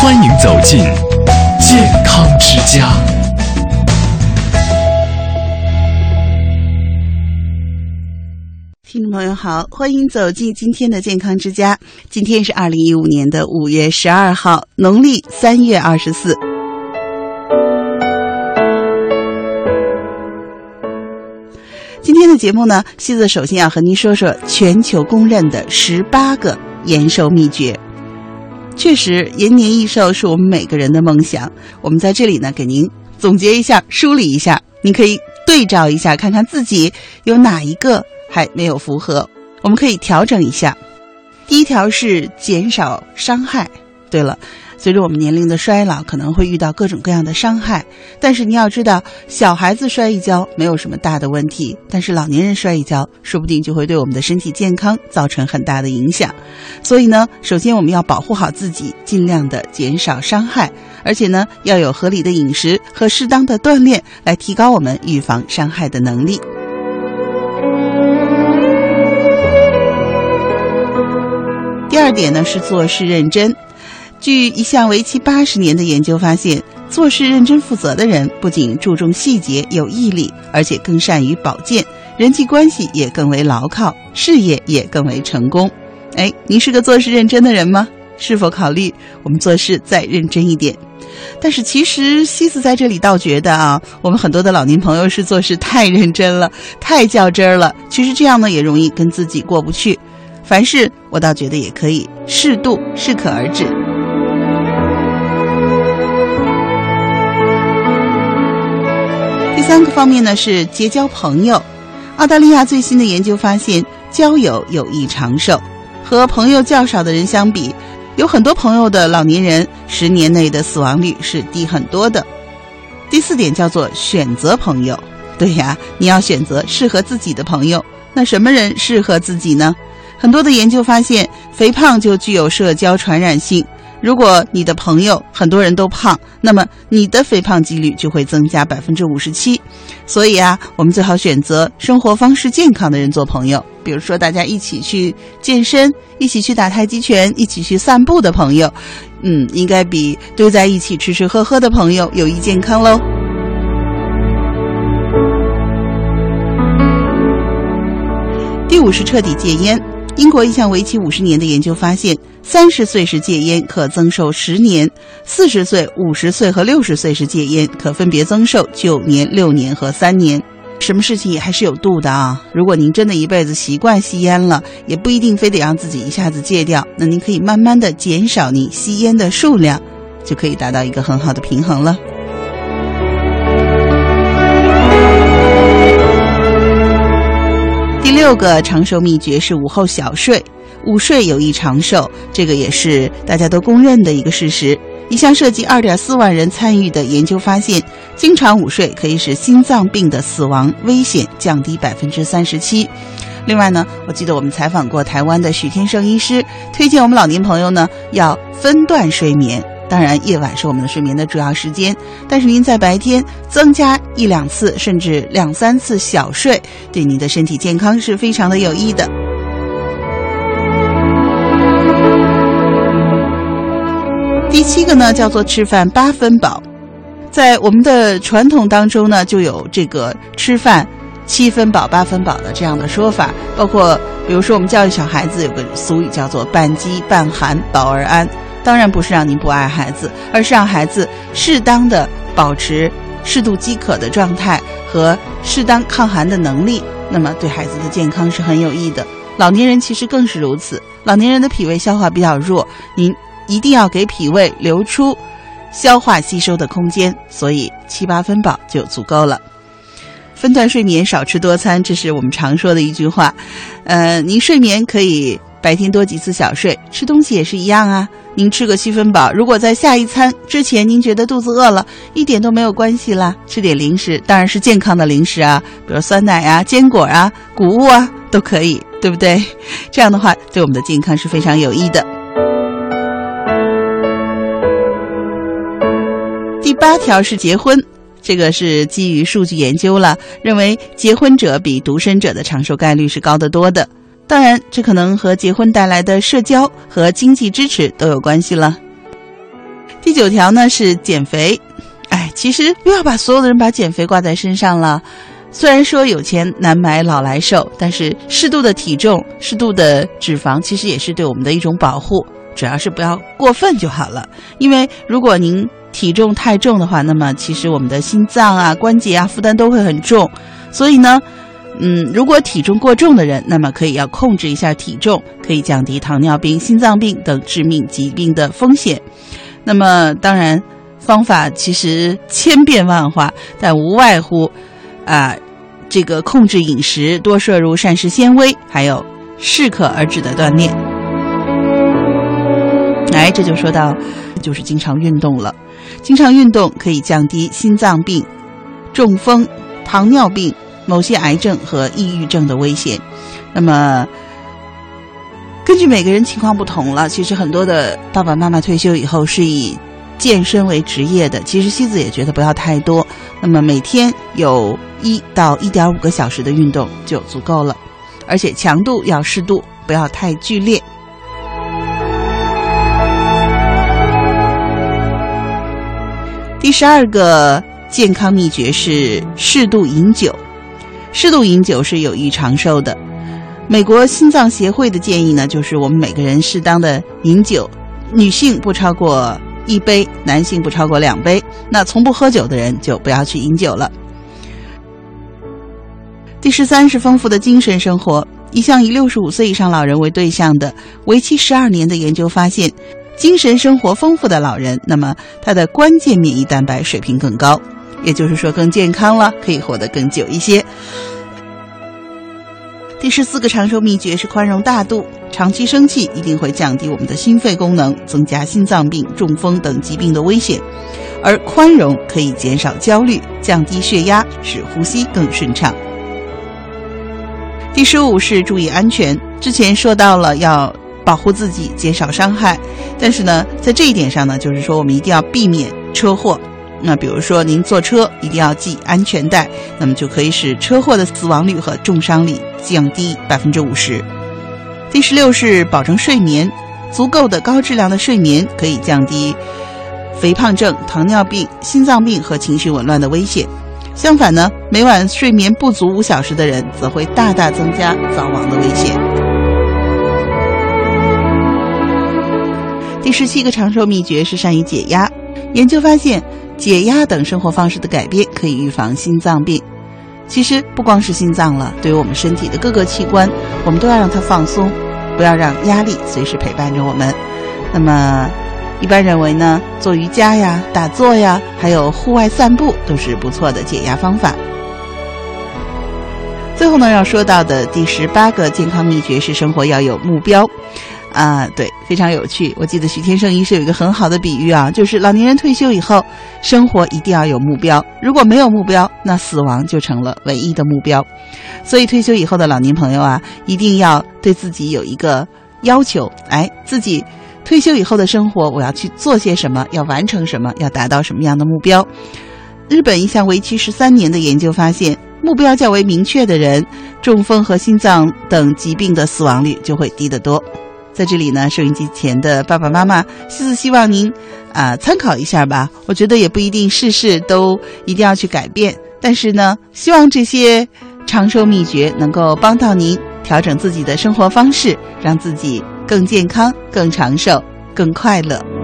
欢迎走进健康之家。 听众朋友好，欢迎走进今天的健康之家。今天是2015年的5月12号，农历3月24。今天的节目呢，西子首先要和您说说全球公认的18个延寿秘诀。确实，延年益寿是我们每个人的梦想。我们在这里呢，给您总结一下，梳理一下，您可以对照一下，看看自己有哪一个还没有符合，我们可以调整一下。第一条是减少伤害。对了，随着我们年龄的衰老，可能会遇到各种各样的伤害，但是你要知道，小孩子摔一跤没有什么大的问题，但是老年人摔一跤，说不定就会对我们的身体健康造成很大的影响。所以呢，首先我们要保护好自己，尽量的减少伤害，而且呢，要有合理的饮食和适当的锻炼，来提高我们预防伤害的能力。第二点呢，是做事认真。据一项为期80年的研究发现，做事认真负责的人不仅注重细节有毅力，而且更善于保健，人际关系也更为牢靠，事业也更为成功。您是个做事认真的人吗？是否考虑我们做事再认真一点？但是其实西子在这里倒觉得我们很多的老年朋友是做事太认真了，太较真了，其实这样呢也容易跟自己过不去。凡事我倒觉得也可以适度，适可而止。第三个方面呢，是结交朋友。澳大利亚最新的研究发现，交友有益长寿。和朋友较少的人相比，有很多朋友的老年人10年内的死亡率是低很多的。第四点叫做选择朋友。对呀，你要选择适合自己的朋友。那什么人适合自己呢？很多的研究发现，肥胖就具有社交传染性。如果你的朋友很多人都胖，那么你的肥胖几率就会增加57%。所以我们最好选择生活方式健康的人做朋友。比如说大家一起去健身，一起去打太极拳，一起去散步的朋友，应该比堆在一起吃吃喝喝的朋友有益健康喽。第5是彻底戒烟。英国一项为期50年的研究发现，30岁时戒烟可增寿10年，40岁、50岁和60岁时戒烟可分别增寿9年、6年和3年。什么事情也还是有度的如果您真的一辈子习惯吸烟了，也不一定非得让自己一下子戒掉，那您可以慢慢的减少你吸烟的数量，就可以达到一个很好的平衡了。第6个长寿秘诀是午后小睡。午睡有益长寿，这个也是大家都公认的一个事实。一项涉及2.4万人参与的研究发现，经常午睡可以使心脏病的死亡危险降低37%。另外呢，我记得我们采访过台湾的许天胜医师，推荐我们老年朋友呢要分段睡眠。当然夜晚是我们的睡眠的主要时间，但是您在白天增加1-2次甚至2-3次小睡，对您的身体健康是非常的有益的。第7个呢，叫做吃饭8分饱。在我们的传统当中呢，就有这个吃饭7分饱8分饱的这样的说法，包括比如说我们教育小孩子有个俗语叫做半饥半寒饱而安。当然不是让您不爱孩子，而是让孩子适当的保持适度饥渴的状态和适当抗寒的能力，那么对孩子的健康是很有益的。老年人其实更是如此，老年人的脾胃消化比较弱，您一定要给脾胃留出消化吸收的空间，所以7、8分饱就足够了。分段睡眠，少吃多餐，这是我们常说的一句话。您睡眠可以白天多几次小睡，吃东西也是一样您吃个7分饱，如果在下一餐之前您觉得肚子饿了，一点都没有关系啦，吃点零食，当然是健康的零食比如酸奶坚果谷物都可以，对不对？这样的话对我们的健康是非常有益的。第8条是结婚。这个是基于数据研究了，认为结婚者比独身者的长寿概率是高得多的。当然，这可能和结婚带来的社交和经济支持都有关系了。 第9条呢是减肥。其实不要把所有的人把减肥挂在身上了。虽然说有钱难买老来瘦，但是适度的体重、适度的脂肪其实也是对我们的一种保护，主要是不要过分就好了。因为如果您体重太重的话，那么其实我们的心脏啊、关节啊负担都会很重。所以呢如果体重过重的人，那么可以要控制一下体重，可以降低糖尿病、心脏病等致命疾病的风险。那么当然方法其实千变万化，但无外乎这个控制饮食，多摄入膳食纤维，还有适可而止的锻炼。这就说到就是经常运动了。经常运动可以降低心脏病、中风、糖尿病、某些癌症和抑郁症的危险。那么根据每个人情况不同了，其实很多的爸爸妈妈退休以后是以健身为职业的，其实西子也觉得不要太多，那么每天有1到1.5个小时的运动就足够了，而且强度要适度，不要太剧烈。第12个健康秘诀是适度饮酒。适度饮酒是有益长寿的。美国心脏协会的建议呢，就是我们每个人适当的饮酒，女性不超过1杯，男性不超过2杯。那从不喝酒的人就不要去饮酒了。第13是丰富的精神生活。一项以65岁以上老人为对象的为期12年的研究发现，精神生活丰富的老人，那么他的关键免疫蛋白水平更高，也就是说更健康了，可以活得更久一些。第14个长寿秘诀是宽容大度。长期生气一定会降低我们的心肺功能，增加心脏病、中风等疾病的危险，而宽容可以减少焦虑，降低血压，使呼吸更顺畅。第15是注意安全。之前说到了要保护自己，减少伤害，但是呢在这一点上呢，就是说我们一定要避免车祸。那比如说您坐车一定要系安全带，那么就可以使车祸的死亡率和重伤率降低 50%。 第16是保证睡眠。足够的高质量的睡眠可以降低肥胖症、糖尿病、心脏病和情绪紊乱的危险。相反呢，每晚睡眠不足5小时的人则会大大增加早亡的危险。第17个长寿秘诀是善于解压。研究发现，解压等生活方式的改变可以预防心脏病。其实不光是心脏了，对于我们身体的各个器官，我们都要让它放松，不要让压力随时陪伴着我们。那么一般认为呢，做瑜伽呀、打坐呀，还有户外散步都是不错的解压方法。最后呢，要说到的第18个健康秘诀是生活要有目标。对，非常有趣。我记得许天胜医师有一个很好的比喻啊，就是老年人退休以后，生活一定要有目标。如果没有目标，那死亡就成了唯一的目标。所以退休以后的老年朋友啊，一定要对自己有一个要求，自己退休以后的生活我要去做些什么，要完成什么，要达到什么样的目标。日本一项为期13年的研究发现，目标较为明确的人，中风和心脏等疾病的死亡率就会低得多。在这里呢，收音机前的爸爸妈妈，希望您参考一下吧。我觉得也不一定事事都一定要去改变，但是呢，希望这些长寿秘诀能够帮到您调整自己的生活方式，让自己更健康、更长寿、更快乐。